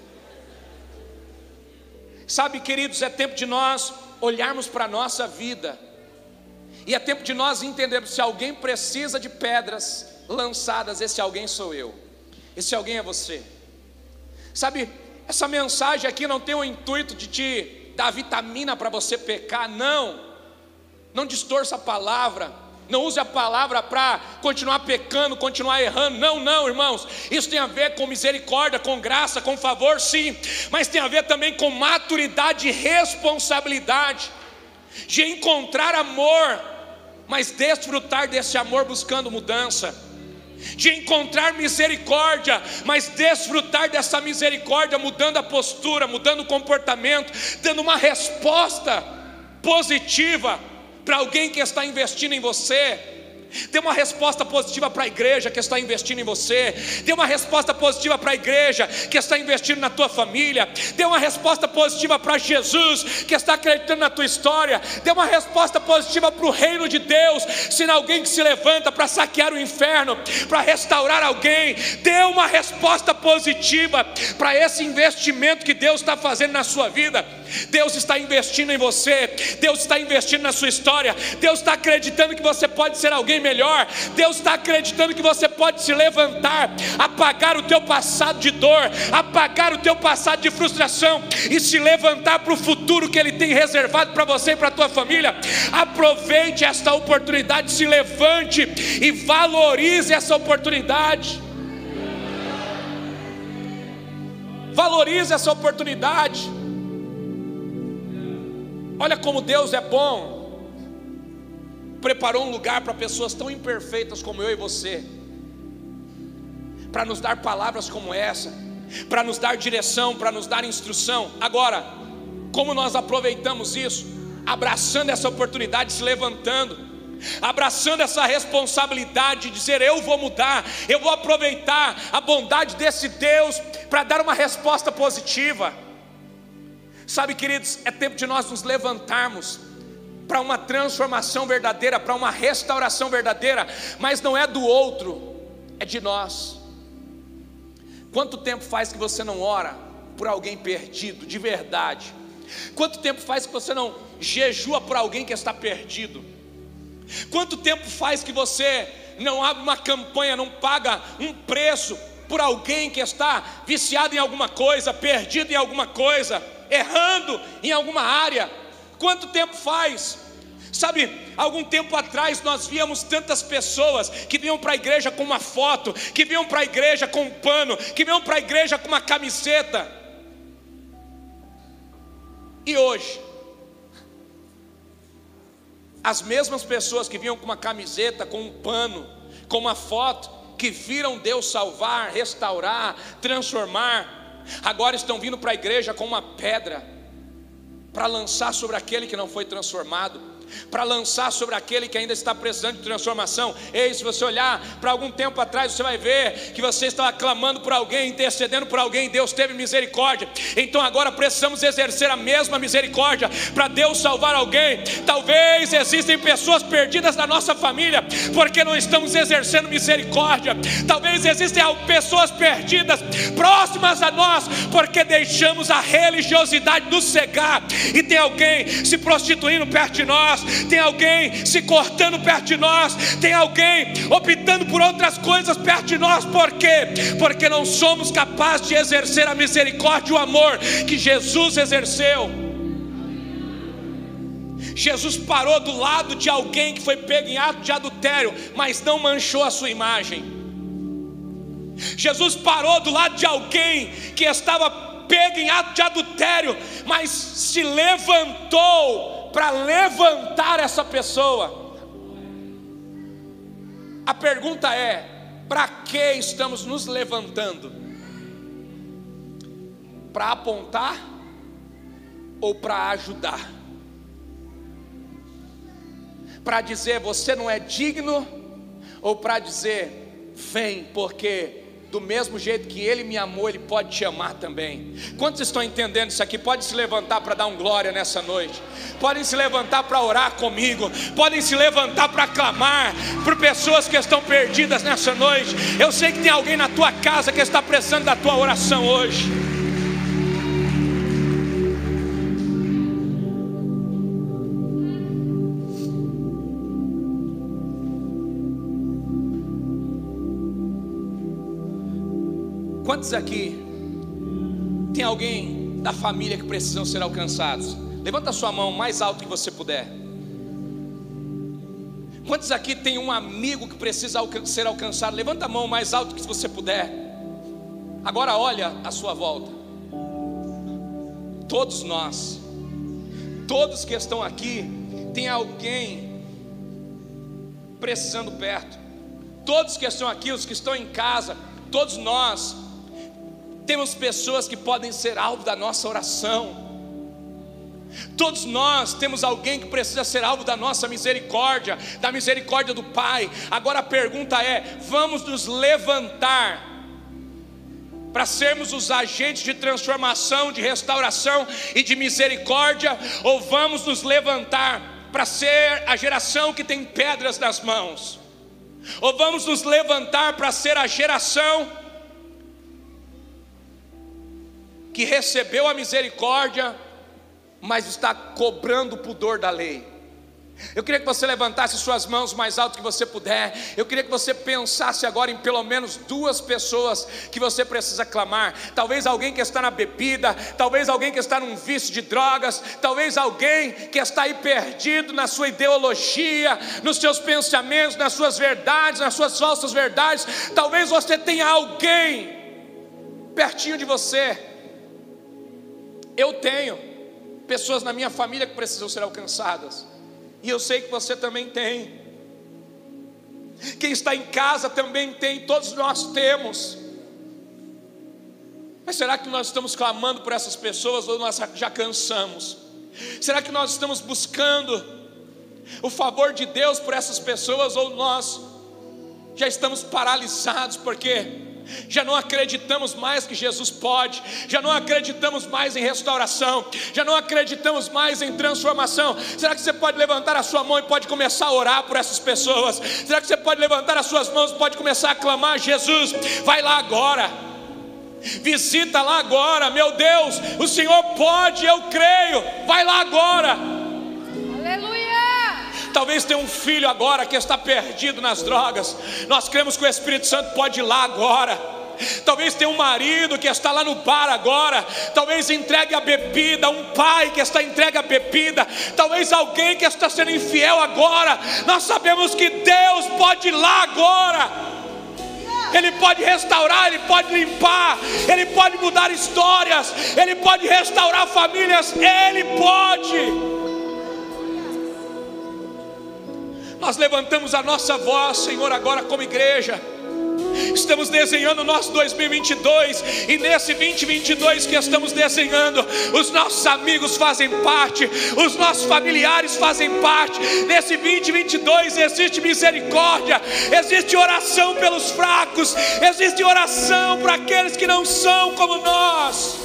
Sabe, queridos, é tempo de nós olharmos para a nossa vida, e é tempo de nós entendermos: se alguém precisa de pedras lançadas, esse alguém sou eu, esse alguém é você. Sabe, essa mensagem aqui não tem o intuito de te dar vitamina para você pecar, não distorça a palavra, não use a palavra para continuar pecando, continuar errando, não, irmãos. Isso tem a ver com misericórdia, com graça, com favor, sim, mas tem a ver também com maturidade e responsabilidade, de encontrar amor, mas desfrutar desse amor buscando mudança, de encontrar misericórdia, mas desfrutar dessa misericórdia, mudando a postura, mudando o comportamento, dando uma resposta positiva para alguém que está investindo em você. Dê uma resposta positiva para a igreja que está investindo em você. Dê uma resposta positiva para a igreja que está investindo na tua família. Dê uma resposta positiva para Jesus que está acreditando na tua história. Dê uma resposta positiva para o reino de Deus. Se alguém que se levanta para saquear o inferno, para restaurar alguém, dê uma resposta positiva para esse investimento que Deus está fazendo na sua vida. Deus está investindo em você, Deus está investindo na sua história, Deus está acreditando que você pode ser alguém melhor, Deus está acreditando que você pode se levantar, apagar o teu passado de dor, apagar o teu passado de frustração e se levantar para o futuro que Ele tem reservado para você e para a tua família. Aproveite esta oportunidade, se levante e valorize essa oportunidade. Valorize essa oportunidade. Olha como Deus é bom. Preparou um lugar para pessoas tão imperfeitas como eu e você, para nos dar palavras como essa, para nos dar direção, para nos dar instrução. Agora, como nós aproveitamos isso? Abraçando essa oportunidade, se levantando, abraçando essa responsabilidade de dizer: eu vou mudar, eu vou aproveitar a bondade desse Deus para dar uma resposta positiva. Sabe, queridos, é tempo de nós nos levantarmos para uma transformação verdadeira, para uma restauração verdadeira, mas não é do outro, é de nós. Quanto tempo faz que você não ora por alguém perdido, de verdade? Quanto tempo faz que você não jejua por alguém que está perdido? Quanto tempo faz que você não abre uma campanha, não paga um preço por alguém que está viciado em alguma coisa, perdido em alguma coisa, errando em alguma área? Quanto tempo faz? Sabe, algum tempo atrás nós víamos tantas pessoas que vinham para a igreja com uma foto, que vinham para a igreja com um pano, que vinham para a igreja com uma camiseta. E hoje, as mesmas pessoas que vinham com uma camiseta, com um pano, com uma foto, que viram Deus salvar, restaurar, transformar, agora estão vindo para a igreja com uma pedra para lançar sobre aquele que não foi transformado, para lançar sobre aquele que ainda está precisando de transformação. Ei, se você olhar para algum tempo atrás, você vai ver que você estava clamando por alguém, intercedendo por alguém, Deus teve misericórdia. Então agora precisamos exercer a mesma misericórdia para Deus salvar alguém. Talvez existem pessoas perdidas na nossa família porque não estamos exercendo misericórdia. Talvez existem pessoas perdidas próximas a nós porque deixamos a religiosidade nos cegar. E tem alguém se prostituindo perto de nós, tem alguém se cortando perto de nós, tem alguém optando por outras coisas perto de nós. Por quê? Porque não somos capazes de exercer a misericórdia e o amor que Jesus exerceu. Jesus parou do lado de alguém que foi pego em ato de adultério, mas não manchou a sua imagem. Jesus parou do lado de alguém que estava pego em ato de adultério, mas se levantou para levantar essa pessoa. A pergunta é: para que estamos nos levantando? Para apontar ou para ajudar? Para dizer você não é digno, ou para dizer vem, porque do mesmo jeito que Ele me amou, Ele pode te amar também? Quantos estão entendendo isso aqui? Podem se levantar para dar um glória nessa noite, podem se levantar para orar comigo, podem se levantar para clamar por pessoas que estão perdidas nessa noite. Eu sei que tem alguém na tua casa que está precisando da tua oração hoje. Quantos aqui tem alguém da família que precisam ser alcançados? Levanta a sua mão mais alto que você puder. Quantos aqui tem um amigo que precisa ser alcançado? Levanta a mão mais alto que você puder. Agora olha à sua volta. Todos nós, todos que estão aqui, tem alguém precisando perto. Todos que estão aqui, os que estão em casa, todos nós temos pessoas que podem ser alvo da nossa oração. Todos nós temos alguém que precisa ser alvo da nossa misericórdia, da misericórdia do Pai. Agora a pergunta é: vamos nos levantar para sermos os agentes de transformação, de restauração e de misericórdia, ou vamos nos levantar para ser a geração que tem pedras nas mãos? Ou vamos nos levantar para ser a geração que recebeu a misericórdia, mas está cobrando o pudor da lei? Eu queria que você levantasse suas mãos mais alto que você puder. Eu queria que você pensasse agora em pelo menos duas pessoas que você precisa clamar. Talvez alguém que está na bebida, talvez alguém que está num vício de drogas, talvez alguém que está aí perdido na sua ideologia, nos seus pensamentos, nas suas verdades, nas suas falsas verdades. Talvez você tenha alguém pertinho de você. Eu tenho pessoas na minha família que precisam ser alcançadas, e eu sei que você também tem. Quem está em casa também tem, todos nós temos. Mas será que nós estamos clamando por essas pessoas, ou nós já cansamos? Será que nós estamos buscando o favor de Deus por essas pessoas, ou nós já estamos paralisados porque já não acreditamos mais que Jesus pode, já não acreditamos mais em restauração, já não acreditamos mais em transformação? Será que você pode levantar a sua mão e pode começar a orar por essas pessoas? Será que você pode levantar as suas mãos e pode começar a clamar: Jesus, vai lá agora, visita lá agora, meu Deus, o Senhor pode, eu creio, vai lá agora. Talvez tenha um filho agora que está perdido nas drogas. Nós cremos que o Espírito Santo pode ir lá agora. Talvez tenha um marido que está lá no bar agora. Talvez entregue a bebida, um pai que está entregue à bebida. Talvez alguém que está sendo infiel agora. Nós sabemos que Deus pode ir lá agora. Ele pode restaurar, Ele pode limpar, Ele pode mudar histórias, Ele pode restaurar famílias, Ele pode. Nós levantamos a nossa voz, Senhor, agora como igreja. Estamos desenhando o nosso 2022, e nesse 2022 que estamos desenhando, os nossos amigos fazem parte, os nossos familiares fazem parte. Nesse 2022 existe misericórdia, existe oração pelos fracos, existe oração para aqueles que não são como nós.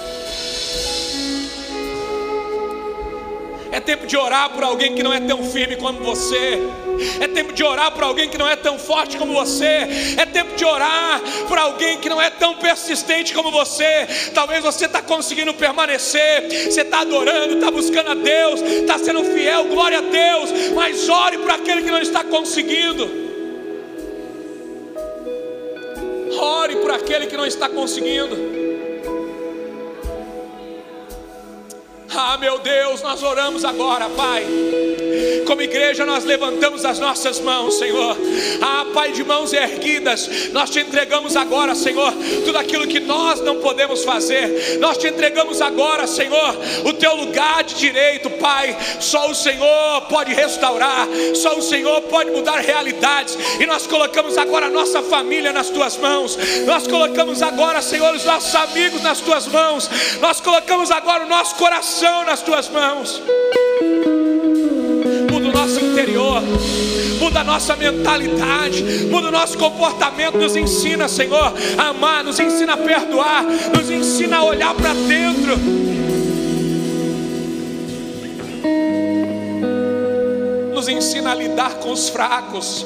É tempo de orar por alguém que não é tão firme como você. É tempo de orar por alguém que não é tão forte como você. É tempo de orar por alguém que não é tão persistente como você. Talvez você está conseguindo permanecer, você está adorando, está buscando a Deus, está sendo fiel, glória a Deus. Mas ore por aquele que não está conseguindo. Ore por aquele que não está conseguindo. Meu Deus, nós oramos agora, Pai. Como igreja nós levantamos as nossas mãos, Senhor. Pai, de mãos erguidas, nós te entregamos agora, Senhor, tudo aquilo que nós não podemos fazer. Nós te entregamos agora, Senhor, o teu lugar de direito, Pai. Só o Senhor pode restaurar, só o Senhor pode mudar realidades. E nós colocamos agora a nossa família nas tuas mãos. Nós colocamos agora, Senhor, os nossos amigos nas tuas mãos. Nós colocamos agora o nosso coração nas tuas mãos. Muda o nosso interior, muda a nossa mentalidade, muda o nosso comportamento. Nos ensina, Senhor, a amar, nos ensina a perdoar, nos ensina a olhar para dentro. Nos ensina a lidar com os fracos.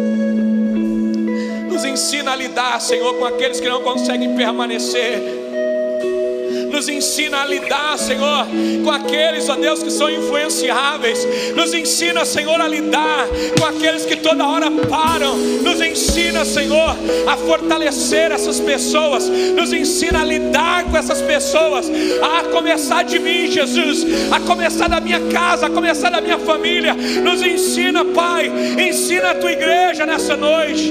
Nos ensina a lidar, Senhor, com aqueles que não conseguem permanecer. Nos ensina a lidar, Senhor, com aqueles, ó Deus, que são influenciáveis. Nos ensina, Senhor, a lidar com aqueles que toda hora param. Nos ensina, Senhor, a fortalecer essas pessoas. Nos ensina a lidar com essas pessoas. A começar de mim, Jesus, a começar da minha casa, a começar da minha família. Nos ensina, Pai, ensina a tua igreja nessa noite.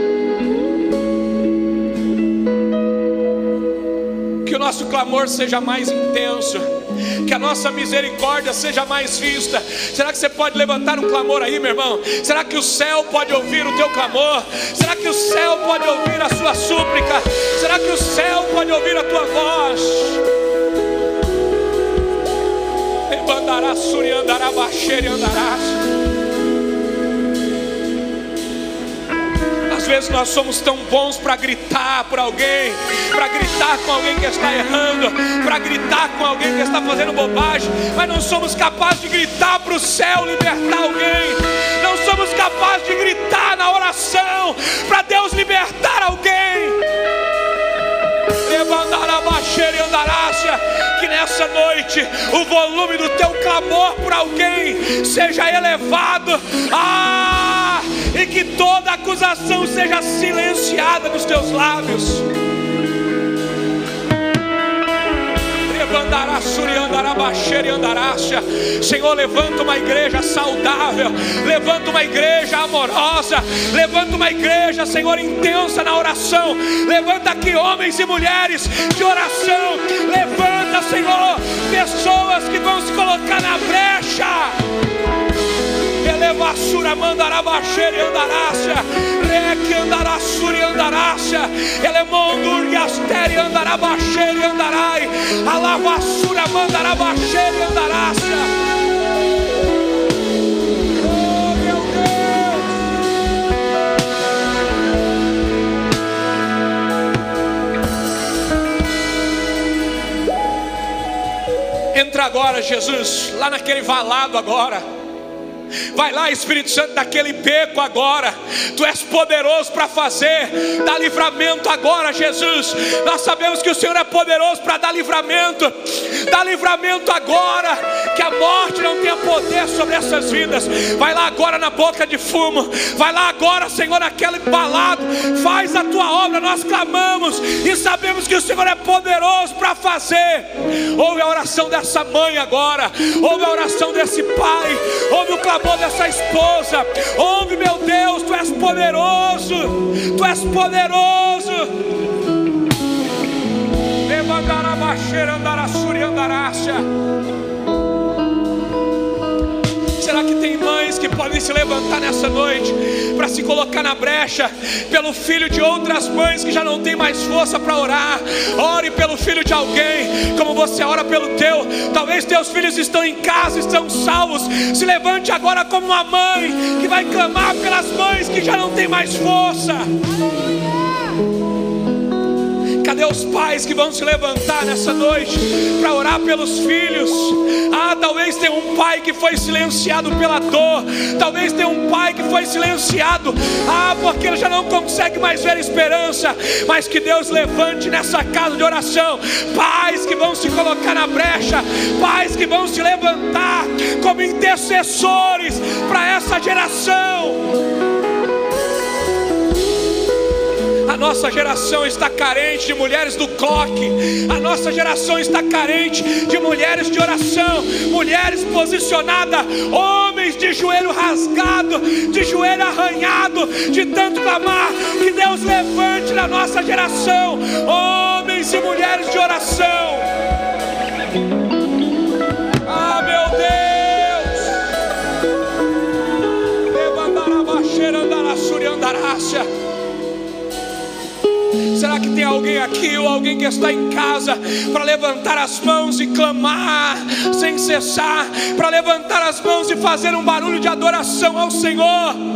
Que o nosso clamor seja mais intenso, que a nossa misericórdia seja mais vista. Será que você pode levantar um clamor aí, meu irmão? Será que o céu pode ouvir o teu clamor? Será que o céu pode ouvir a sua súplica? Será que o céu pode ouvir a tua voz? Andará, suri, andará, baixeira, andarás. Às vezes nós somos tão bons para gritar por alguém, para gritar com alguém que está errando, para gritar com alguém que está fazendo bobagem, mas não somos capazes de gritar para o céu libertar alguém. Não somos capazes de gritar na oração para Deus libertar alguém. Que nessa noite o volume do teu clamor por alguém seja elevado, e que toda acusação seja silenciada nos teus lábios. Senhor, levanta uma igreja saudável, levanta uma igreja amorosa, levanta uma igreja, Senhor, intensa na oração. Levanta aqui homens e mulheres de oração. Levanta, Senhor, pessoas que vão se colocar na brecha. Elevassura mandará baixeira e andarácia, reque andará suri e andarácia, elemondur e astéria e andará baixeira e andarai, alavassura mandará baixeira e andarácia. Oh, meu Deus. Entra agora, Jesus, lá naquele valado agora. Vai lá, Espírito Santo, daquele beco agora. Tu és poderoso para fazer. Dá livramento agora, Jesus. Nós sabemos que o Senhor é poderoso para dar livramento. Dá livramento agora. Que a morte não tenha poder sobre essas vidas. Vai lá agora na boca de fumo. Vai lá agora, Senhor, naquele balado. Faz a tua obra. Nós clamamos e sabemos que o Senhor é poderoso para fazer. Ouve a oração dessa mãe agora. Ouve a oração desse pai. Ouve o clamor dessa esposa. Ouve, meu Deus, tu és poderoso. Tu és poderoso. Levantará baixeira, andará suri, andarácia. Será que tem mães que podem se levantar nessa noite para se colocar na brecha pelo filho de outras mães que já não tem mais força para orar? Ore pelo filho de alguém como você ora pelo teu. Talvez teus filhos estão em casa, estão salvos. Se levante agora como uma mãe que vai clamar pelas mães que já não tem mais força. Cadê os pais que vão se levantar nessa noite para orar pelos filhos? Talvez tenha um pai que foi silenciado pela dor. Talvez tenha um pai que foi silenciado porque ele já não consegue mais ver esperança. Mas que Deus levante nessa casa de oração pais que vão se colocar na brecha, pais que vão se levantar como intercessores para essa geração. A nossa geração está carente de mulheres do coque. A nossa geração está carente de mulheres de oração, mulheres posicionadas, homens de joelho rasgado, de joelho arranhado, de tanto clamar. Que Deus levante na nossa geração homens e mulheres de oração. Ah, meu Deus! Será que tem alguém aqui ou alguém que está em casa para levantar as mãos e clamar sem cessar, para levantar as mãos e fazer um barulho de adoração ao Senhor?